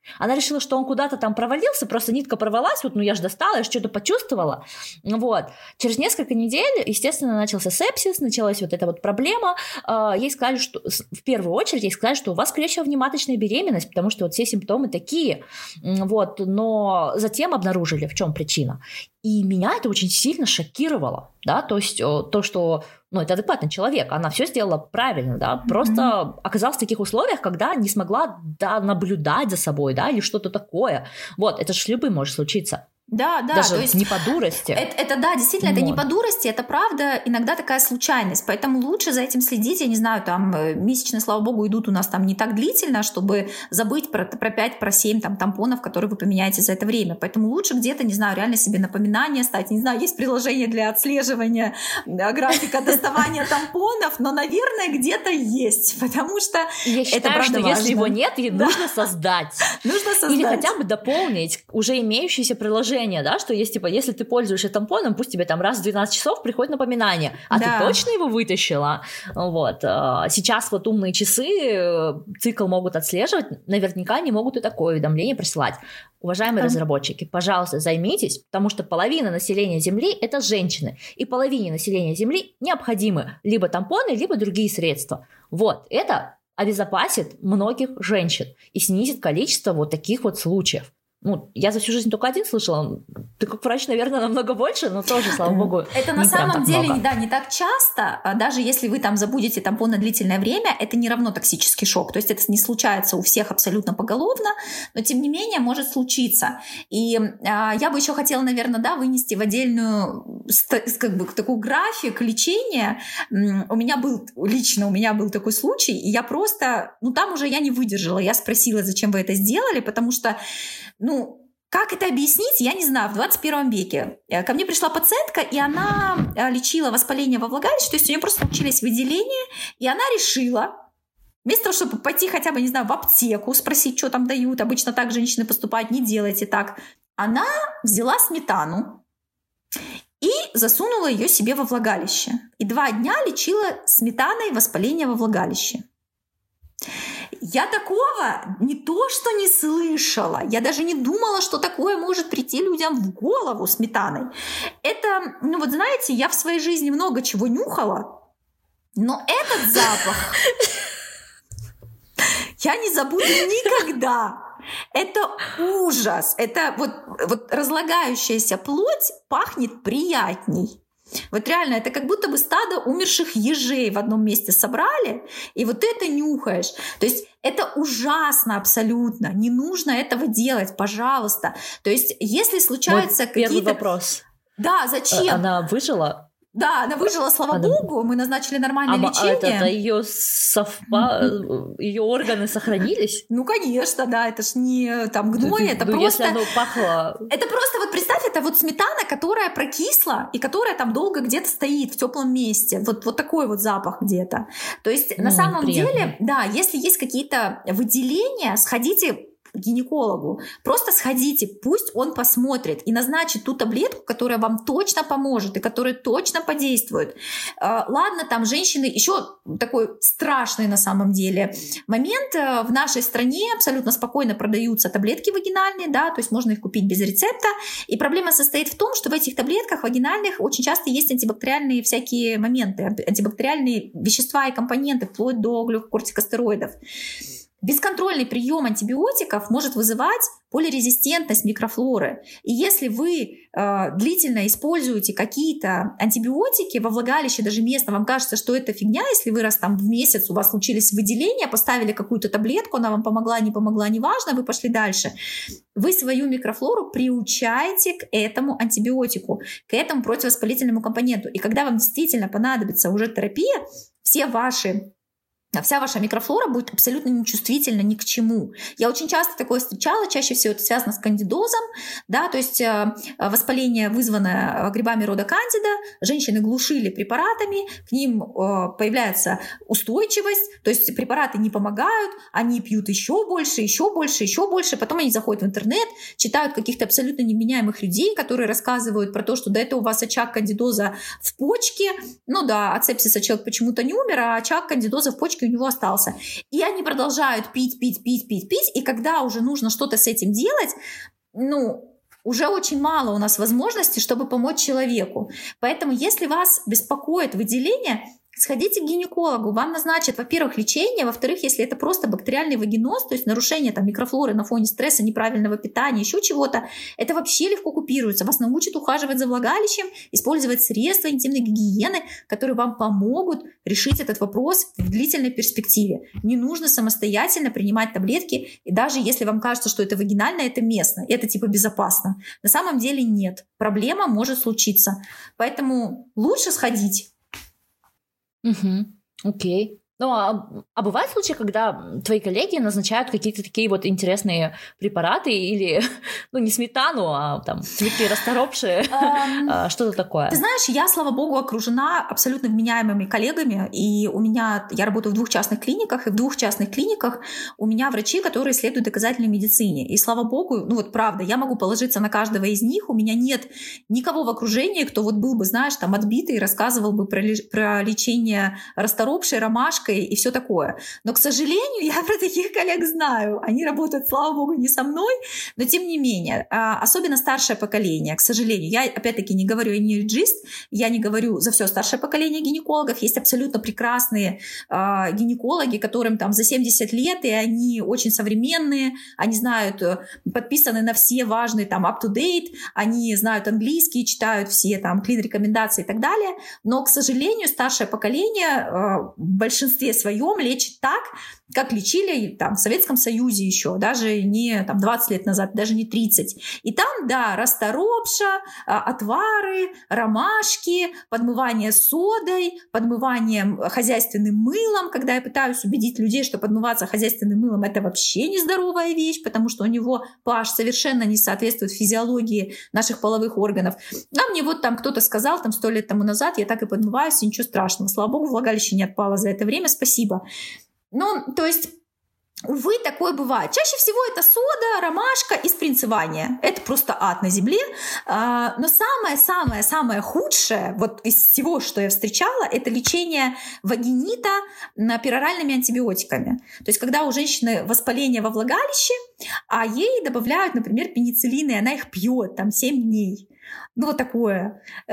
Она решила, что он куда-то там провалился, просто нитка порвалась, вот, ну я же достала, я же что-то почувствовала, вот. Через несколько недель, естественно, начался сепсис, началась вот эта вот проблема, ей сказали, что, в первую очередь, ей сказали, что у вас, скорее всего, внематочная беременность, потому что вот все симптомы такие, вот, но затем обнаружили, в чем причина. И меня это очень сильно шокировало, да, то есть то, что, ну, это адекватный человек, она все сделала правильно, да, просто mm-hmm. оказалась в таких условиях, когда не смогла, да, наблюдать за собой, да, или что-то такое, вот, это же с любым может случиться. Да, да, даже то есть не по дурости. Это, это да, действительно, вот. Это не по дурости, это правда иногда такая случайность, поэтому лучше за этим следить, я не знаю, там месячные, слава богу, идут у нас там не так длительно, чтобы забыть про, про пять, про семь там тампонов, которые вы поменяете за это время, поэтому лучше где-то, не знаю, реально себе напоминание ставить, не знаю, есть приложение для отслеживания графика доставания тампонов, но, наверное, где-то есть, потому что я это считаю, правда что важно. Если его нет, нужно создать. Нужно создать. Или хотя бы дополнить уже имеющиеся приложения, да, что есть, типа, если ты пользуешься тампоном, пусть тебе там раз в двенадцать часов приходит напоминание, а да. ты точно его вытащила? Вот. Сейчас вот умные часы цикл могут отслеживать, наверняка не могут и такое уведомление присылать. Уважаемые а... разработчики, пожалуйста, займитесь, потому что половина населения Земли – это женщины, и половине населения Земли необходимы либо тампоны, либо другие средства. Вот, это обезопасит многих женщин и снизит количество вот таких вот случаев. Ну, я за всю жизнь только один слышала. Ты как врач, наверное, намного больше, но тоже, слава богу, это на самом деле да, не так часто. Даже если вы там забудете тампон на длительное время, это не равно токсический шок. То есть это не случается у всех абсолютно поголовно, но тем не менее может случиться. И а, я бы еще хотела, наверное, да, вынести в отдельную как бы, такой график лечения. У меня был, лично у меня был такой случай, и я просто, ну там уже я не выдержала. Я спросила, зачем вы это сделали, потому что ну, как это объяснить, я не знаю, в двадцать первом веке. Ко мне пришла пациентка, и она лечила воспаление во влагалище, то есть у нее просто случились выделения, и она решила, вместо того, чтобы пойти хотя бы, не знаю, в аптеку, спросить, что там дают, обычно так женщины поступают, не делайте так, она взяла сметану и засунула ее себе во влагалище. И два дня лечила сметаной воспаление во влагалище. Я такого не то что не слышала, я даже не думала, что такое может прийти людям в голову сметаной. Это, ну вот знаете, я в своей жизни много чего нюхала, но этот запах я не забуду никогда. Это ужас, это вот, вот разлагающаяся плоть пахнет приятней. Вот реально, это как будто бы стадо умерших ежей в одном месте собрали, и вот это нюхаешь. То есть это ужасно абсолютно, не нужно этого делать, пожалуйста. То есть если случаются Мой какие-то... Первый вопрос. Да, зачем? Она выжила? Да, она выжила, слава она... богу, мы назначили нормальное а, лечение. А это, ее, совпа... ее органы сохранились? Ну, конечно, да, это ж не там гной, это ну, просто... Если оно пахло... Это просто, вот представь, это вот сметана, которая прокисла и которая там долго где-то стоит в теплом месте. Вот, вот такой вот запах где-то. То есть ну, на самом приятно. деле, да, если есть какие-то выделения, сходите к гинекологу. Просто сходите, пусть он посмотрит и назначит ту таблетку, которая вам точно поможет и которая точно подействует. Ладно, там женщины, еще такой страшный на самом деле момент. В нашей стране абсолютно спокойно продаются таблетки вагинальные, да, то есть можно их купить без рецепта. И проблема состоит в том, что в этих таблетках вагинальных очень часто есть антибактериальные всякие моменты, антибактериальные вещества и компоненты, вплоть до глюкокортикостероидов. Бесконтрольный прием антибиотиков может вызывать полирезистентность микрофлоры. И если вы э, длительно используете какие-то антибиотики во влагалище, даже местно, вам кажется, что это фигня, если вы раз там в месяц у вас случились выделения, поставили какую-то таблетку, она вам помогла, не помогла, неважно, вы пошли дальше, вы свою микрофлору приучаете к этому антибиотику, к этому противовоспалительному компоненту. И когда вам действительно понадобится уже терапия, все ваши вся ваша микрофлора будет абсолютно нечувствительна ни к чему. Я очень часто такое встречала, чаще всего это связано с кандидозом, да, то есть э, воспаление, вызванное грибами рода кандида, женщины глушили препаратами, к ним э, появляется устойчивость, то есть препараты не помогают, они пьют еще больше, еще больше, еще больше, потом они заходят в интернет, читают каких-то абсолютно невменяемых людей, которые рассказывают про то, что до этого у вас очаг кандидоза в почке, ну да, от сепсиса человек почему-то не умер, а очаг кандидоза в почке почки у него остался. И они продолжают пить, пить, пить, пить, пить, и когда уже нужно что-то с этим делать, ну, уже очень мало у нас возможностей, чтобы помочь человеку. Поэтому, если вас беспокоит выделение, сходите к гинекологу, вам назначат, во-первых, лечение, во-вторых, если это просто бактериальный вагиноз, то есть нарушение там, микрофлоры на фоне стресса, неправильного питания, еще чего-то, это вообще легко купируется. Вас научат ухаживать за влагалищем, использовать средства интимной гигиены, которые вам помогут решить этот вопрос в длительной перспективе. Не нужно самостоятельно принимать таблетки, и даже если вам кажется, что это вагинально, это местно, это типа безопасно. На самом деле нет. Проблема может случиться. Поэтому лучше сходить. Угу, окей. Ну, а, а бывают случаи, когда твои коллеги назначают какие-то такие вот интересные препараты или, ну, не сметану, а там цветы расторопшие, um, что-то такое? Ты знаешь, я, слава богу, окружена абсолютно вменяемыми коллегами, и у меня, я работаю в двух частных клиниках, и в двух частных клиниках у меня врачи, которые следуют доказательной медицине. И, слава богу, ну вот правда, я могу положиться на каждого из них, у меня нет никого в окружении, кто вот был бы, знаешь, там отбитый и рассказывал бы про, про лечение расторопшей, ромашкой, и все такое. Но, к сожалению, я про таких коллег знаю. Они работают, слава богу, не со мной, но тем не менее, особенно старшее поколение, к сожалению. Я, опять-таки, не говорю, я не юрист, я не говорю за все старшее поколение гинекологов. Есть абсолютно прекрасные э, гинекологи, которым там за семьдесят лет, и они очень современные, они знают, подписаны на все важные там up-to-date, они знают английский, читают все там клин-рекомендации и так далее. Но, к сожалению, старшее поколение э, в большинстве своем лечит так, как лечили там, в Советском Союзе еще, даже не там, двадцать лет назад, даже не тридцать. И там, да, расторопша, отвары, ромашки, подмывание содой, подмывание хозяйственным мылом. Когда я пытаюсь убедить людей, что подмываться хозяйственным мылом — это вообще нездоровая вещь, потому что у него pH совершенно не соответствует физиологии наших половых органов. А мне вот там кто-то сказал там сто лет тому назад, я так и подмываюсь, и ничего страшного. Слава богу, влагалище не отпало за это время, спасибо. Ну, то есть, увы, такое бывает. Чаще всего это сода, ромашка и спринцевание. Это просто ад на земле. Но самое-самое-самое худшее вот из всего, что я встречала, это лечение вагинита пероральными антибиотиками. То есть, когда у женщины воспаление во влагалище, а ей добавляют, например, пенициллин, и она их пьет там семь дней. Ну, вот такое. И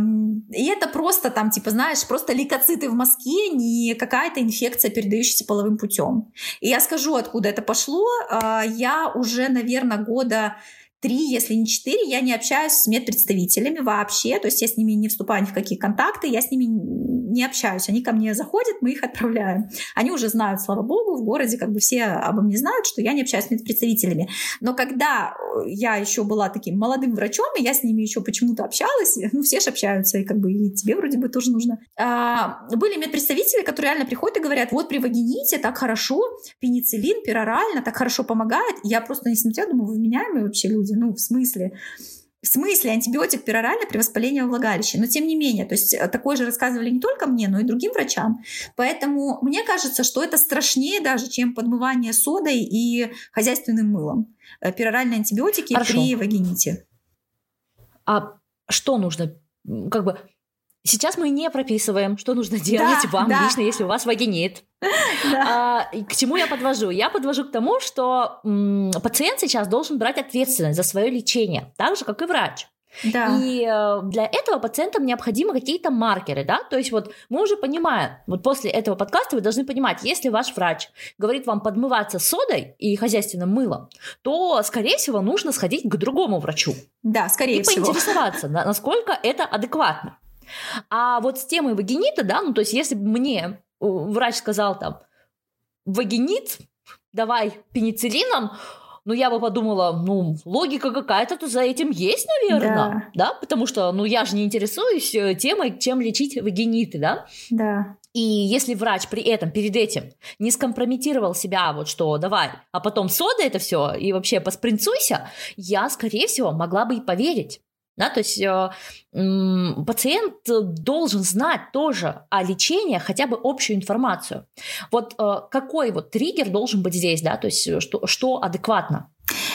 это просто там, типа, знаешь, просто лейкоциты в мозге, не какая-то инфекция, передающаяся половым путем. И я скажу, откуда это пошло. Я уже, наверное, года три, если не четыре, я не общаюсь с медпредставителями вообще, то есть я с ними не вступаю ни в какие контакты, я с ними не общаюсь. Они ко мне заходят, мы их отправляем. Они уже знают, слава богу, в городе как бы все обо мне знают, что я не общаюсь с медпредставителями. Но когда я еще была таким молодым врачом, и я с ними еще почему-то общалась, ну все же общаются, и как бы и тебе вроде бы тоже нужно. А, были медпредставители, которые реально приходят и говорят, вот при вагините так хорошо, пенициллин перорально так хорошо помогает. И я просто не смотрела, думаю, вы вменяемые вообще люди. Ну, в смысле? В смысле антибиотик перорально при воспалении влагалища? Но тем не менее, то есть такое же рассказывали не только мне, но и другим врачам. Поэтому мне кажется, что это страшнее даже, чем подмывание содой и хозяйственным мылом. Пероральные антибиотики Хорошо. При вагините. А что нужно? Как бы сейчас мы не прописываем, что нужно делать да, вам да. лично, если у вас вагинит. Да. А, к чему я подвожу? Я подвожу к тому, что м, пациент сейчас должен брать ответственность за свое лечение, так же, как и врач. Да. И э, для этого пациентам необходимы какие-то маркеры, да, то есть вот мы уже понимаем, вот после этого подкаста вы должны понимать, если ваш врач говорит вам подмываться содой и хозяйственным мылом, то, скорее всего, нужно сходить к другому врачу. Да, скорее и всего. И поинтересоваться, насколько это адекватно. А вот с темой вагинита, да, ну то есть если бы мне врач сказал там, вагинит, давай пенициллином, ну, я бы подумала, ну, логика какая-то за этим есть, наверное, да. да, потому что, ну, я же не интересуюсь темой, чем лечить вагиниты, да, да. И если врач при этом, перед этим не скомпрометировал себя, вот что, давай, а потом сода это все и вообще поспринцуйся, я, скорее всего, могла бы и поверить. Да, то есть э, э, пациент должен знать тоже о лечении, хотя бы общую информацию. Вот э, какой вот триггер должен быть здесь, да, то есть что, что адекватно?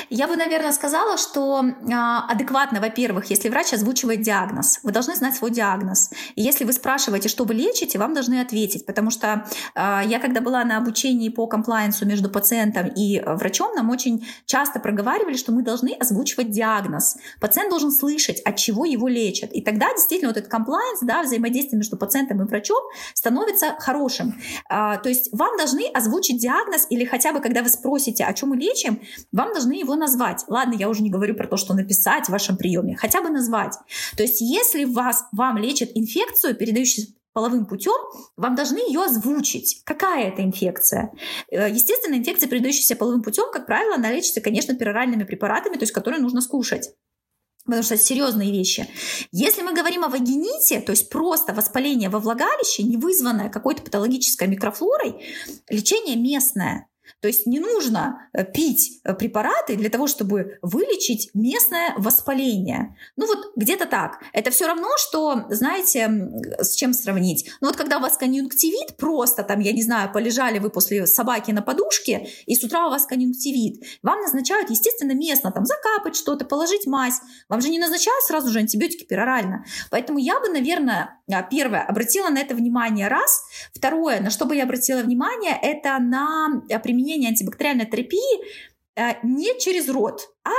Я бы, наверное, сказала, что э, адекватно, во-первых, если врач озвучивает диагноз, вы должны знать свой диагноз. И если вы спрашиваете, что вы лечите, вам должны ответить. Потому что э, я, когда была на обучении по комплайенсу между пациентом и врачом, нам очень часто проговаривали, что мы должны озвучивать диагноз. Пациент должен слышать, от чего его лечат. И тогда действительно вот этот комплайенс, да, взаимодействие между пациентом и врачом становится хорошим. Э, то есть вам должны озвучить диагноз, или хотя бы, когда вы спросите, о чем мы лечим, вам должны его назвать. Ладно, я уже не говорю про то, что написать в вашем приеме, хотя бы назвать. То есть если вас, вам лечат инфекцию, передающуюся половым путем, вам должны ее озвучить. Какая это инфекция? Естественно, инфекция, передающаяся половым путем, как правило, она лечится, конечно, пероральными препаратами, то есть которые нужно скушать. Потому что это серьезные вещи. Если мы говорим о вагините, то есть просто воспаление во влагалище, не вызванное какой-то патологической микрофлорой, лечение местное. То есть не нужно пить препараты для того, чтобы вылечить местное воспаление. Ну вот где-то так. Это все равно, что, знаете, с чем сравнить? Ну вот когда у вас конъюнктивит, просто там, я не знаю, полежали вы после собаки на подушке, и с утра у вас конъюнктивит, вам назначают, естественно, местно там закапать что-то, положить мазь. Вам же не назначают сразу же антибиотики перорально. Поэтому я бы, наверное, первое, обратила на это внимание раз. Второе, на что бы я обратила внимание, это на применение антибактериальной терапии э, не через рот, а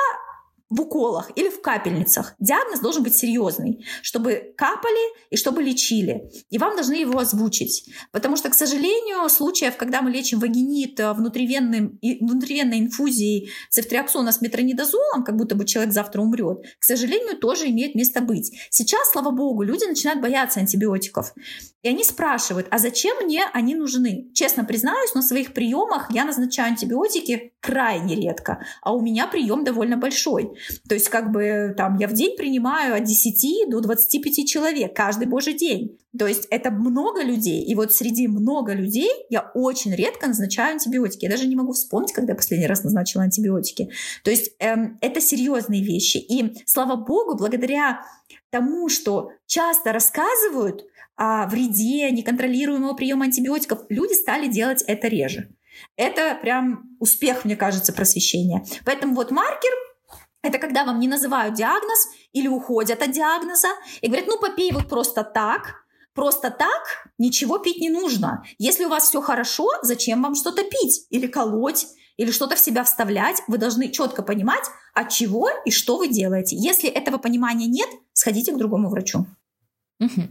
в уколах или в капельницах. Диагноз должен быть серьезный, чтобы капали и чтобы лечили. И вам должны его озвучить. Потому что, к сожалению, случаев, когда мы лечим вагинит внутривенным, внутривенной инфузией цефтриаксона с метронидозолом, как будто бы человек завтра умрет, к сожалению, тоже имеет место быть. Сейчас, слава богу, люди начинают бояться антибиотиков. И они спрашивают, а зачем мне они нужны? Честно признаюсь, на своих приемах я назначаю антибиотики крайне редко, а у меня прием довольно большой. То есть как бы там я в день принимаю от десяти до двадцати пяти человек каждый божий день. То есть это много людей. И вот среди много людей я очень редко назначаю антибиотики. Я даже не могу вспомнить, когда я последний раз назначила антибиотики. То есть эм, это серьезные вещи. И слава богу, благодаря тому, что часто рассказывают о вреде неконтролируемого приема антибиотиков, люди стали делать это реже. Это прям успех, мне кажется, просвещения. Поэтому вот маркер — это когда вам не называют диагноз или уходят от диагноза и говорят, ну попей вот просто так, просто так ничего пить не нужно. Если у вас все хорошо, зачем вам что-то пить или колоть, или что-то в себя вставлять? Вы должны четко понимать, от чего и что вы делаете. Если этого понимания нет, сходите к другому врачу. Угу.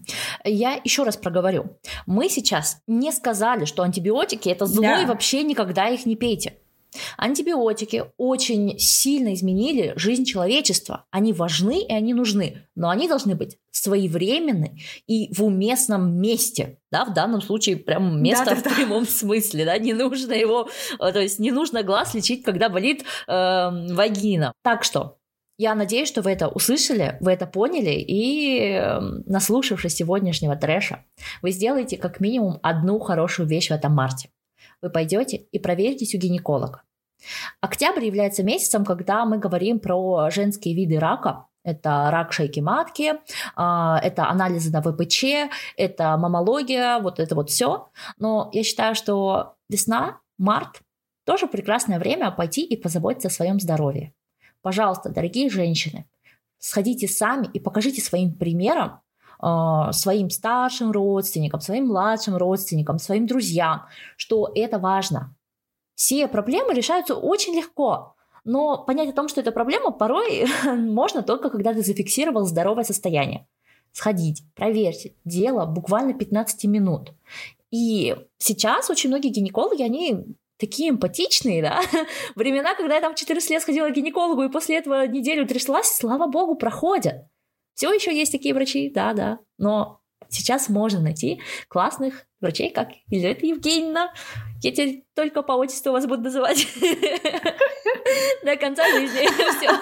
Я еще раз проговорю. Мы сейчас не сказали, что антибиотики — это зло, да. И вообще никогда их не пейте. Антибиотики очень сильно изменили жизнь человечества. Они важны и они нужны, но они должны быть своевременны и в уместном месте. Да, в данном случае прям место да, да, в да. прямом смысле. Да, не нужно его, то есть не нужно глаз лечить, когда болит э, вагина. Так что я надеюсь, что вы это услышали, вы это поняли, и наслушавшись сегодняшнего трэша, вы сделаете как минимум одну хорошую вещь в этом марте. Вы пойдете и проверитесь у гинеколога. Октябрь является месяцем, когда мы говорим про женские виды рака. Это рак шейки матки, это анализы на вэ пэ че, это маммология, вот это вот все. Но я считаю, что весна, март тоже прекрасное время пойти и позаботиться о своем здоровье. Пожалуйста, дорогие женщины, сходите сами и покажите своим примером, э, своим старшим родственникам, своим младшим родственникам, своим друзьям, что это важно. Все проблемы решаются очень легко, но понять о том, что это проблема, порой можно только когда ты зафиксировал здоровое состояние. Сходите, проверьте, дело буквально пятнадцать минут. И сейчас очень многие гинекологи, они такие эмпатичные, да, времена, когда я там в четырнадцать лет сходила к гинекологу и после этого неделю тряслась, слава богу, проходят. Все еще есть такие врачи, да-да, но сейчас можно найти классных врачей, как Елизавета Евгеньевна. Я теперь только по отчеству вас буду называть до конца жизни.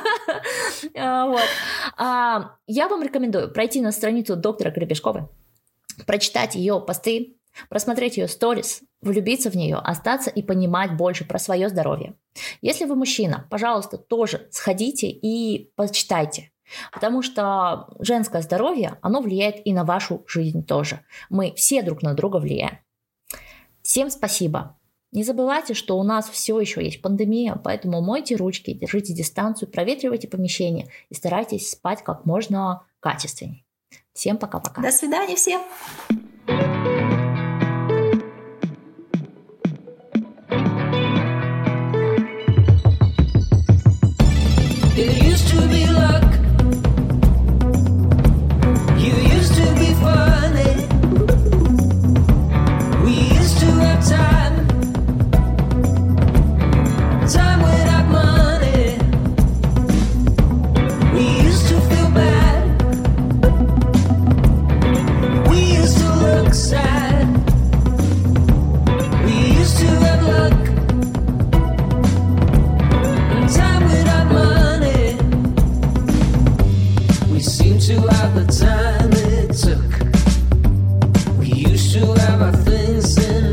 Я вам рекомендую пройти на страницу доктора Гребешковой, прочитать ее посты, просмотреть ее сторис, влюбиться в нее, остаться и понимать больше про свое здоровье. Если вы мужчина, пожалуйста, тоже сходите и почитайте, потому что женское здоровье, оно влияет и на вашу жизнь тоже. Мы все друг на друга влияем. Всем спасибо. Не забывайте, что у нас все еще есть пандемия, поэтому мойте ручки, держите дистанцию, проветривайте помещение и старайтесь спать как можно качественнее. Всем пока-пока. До свидания всем. To have the time it took. We used to have our things in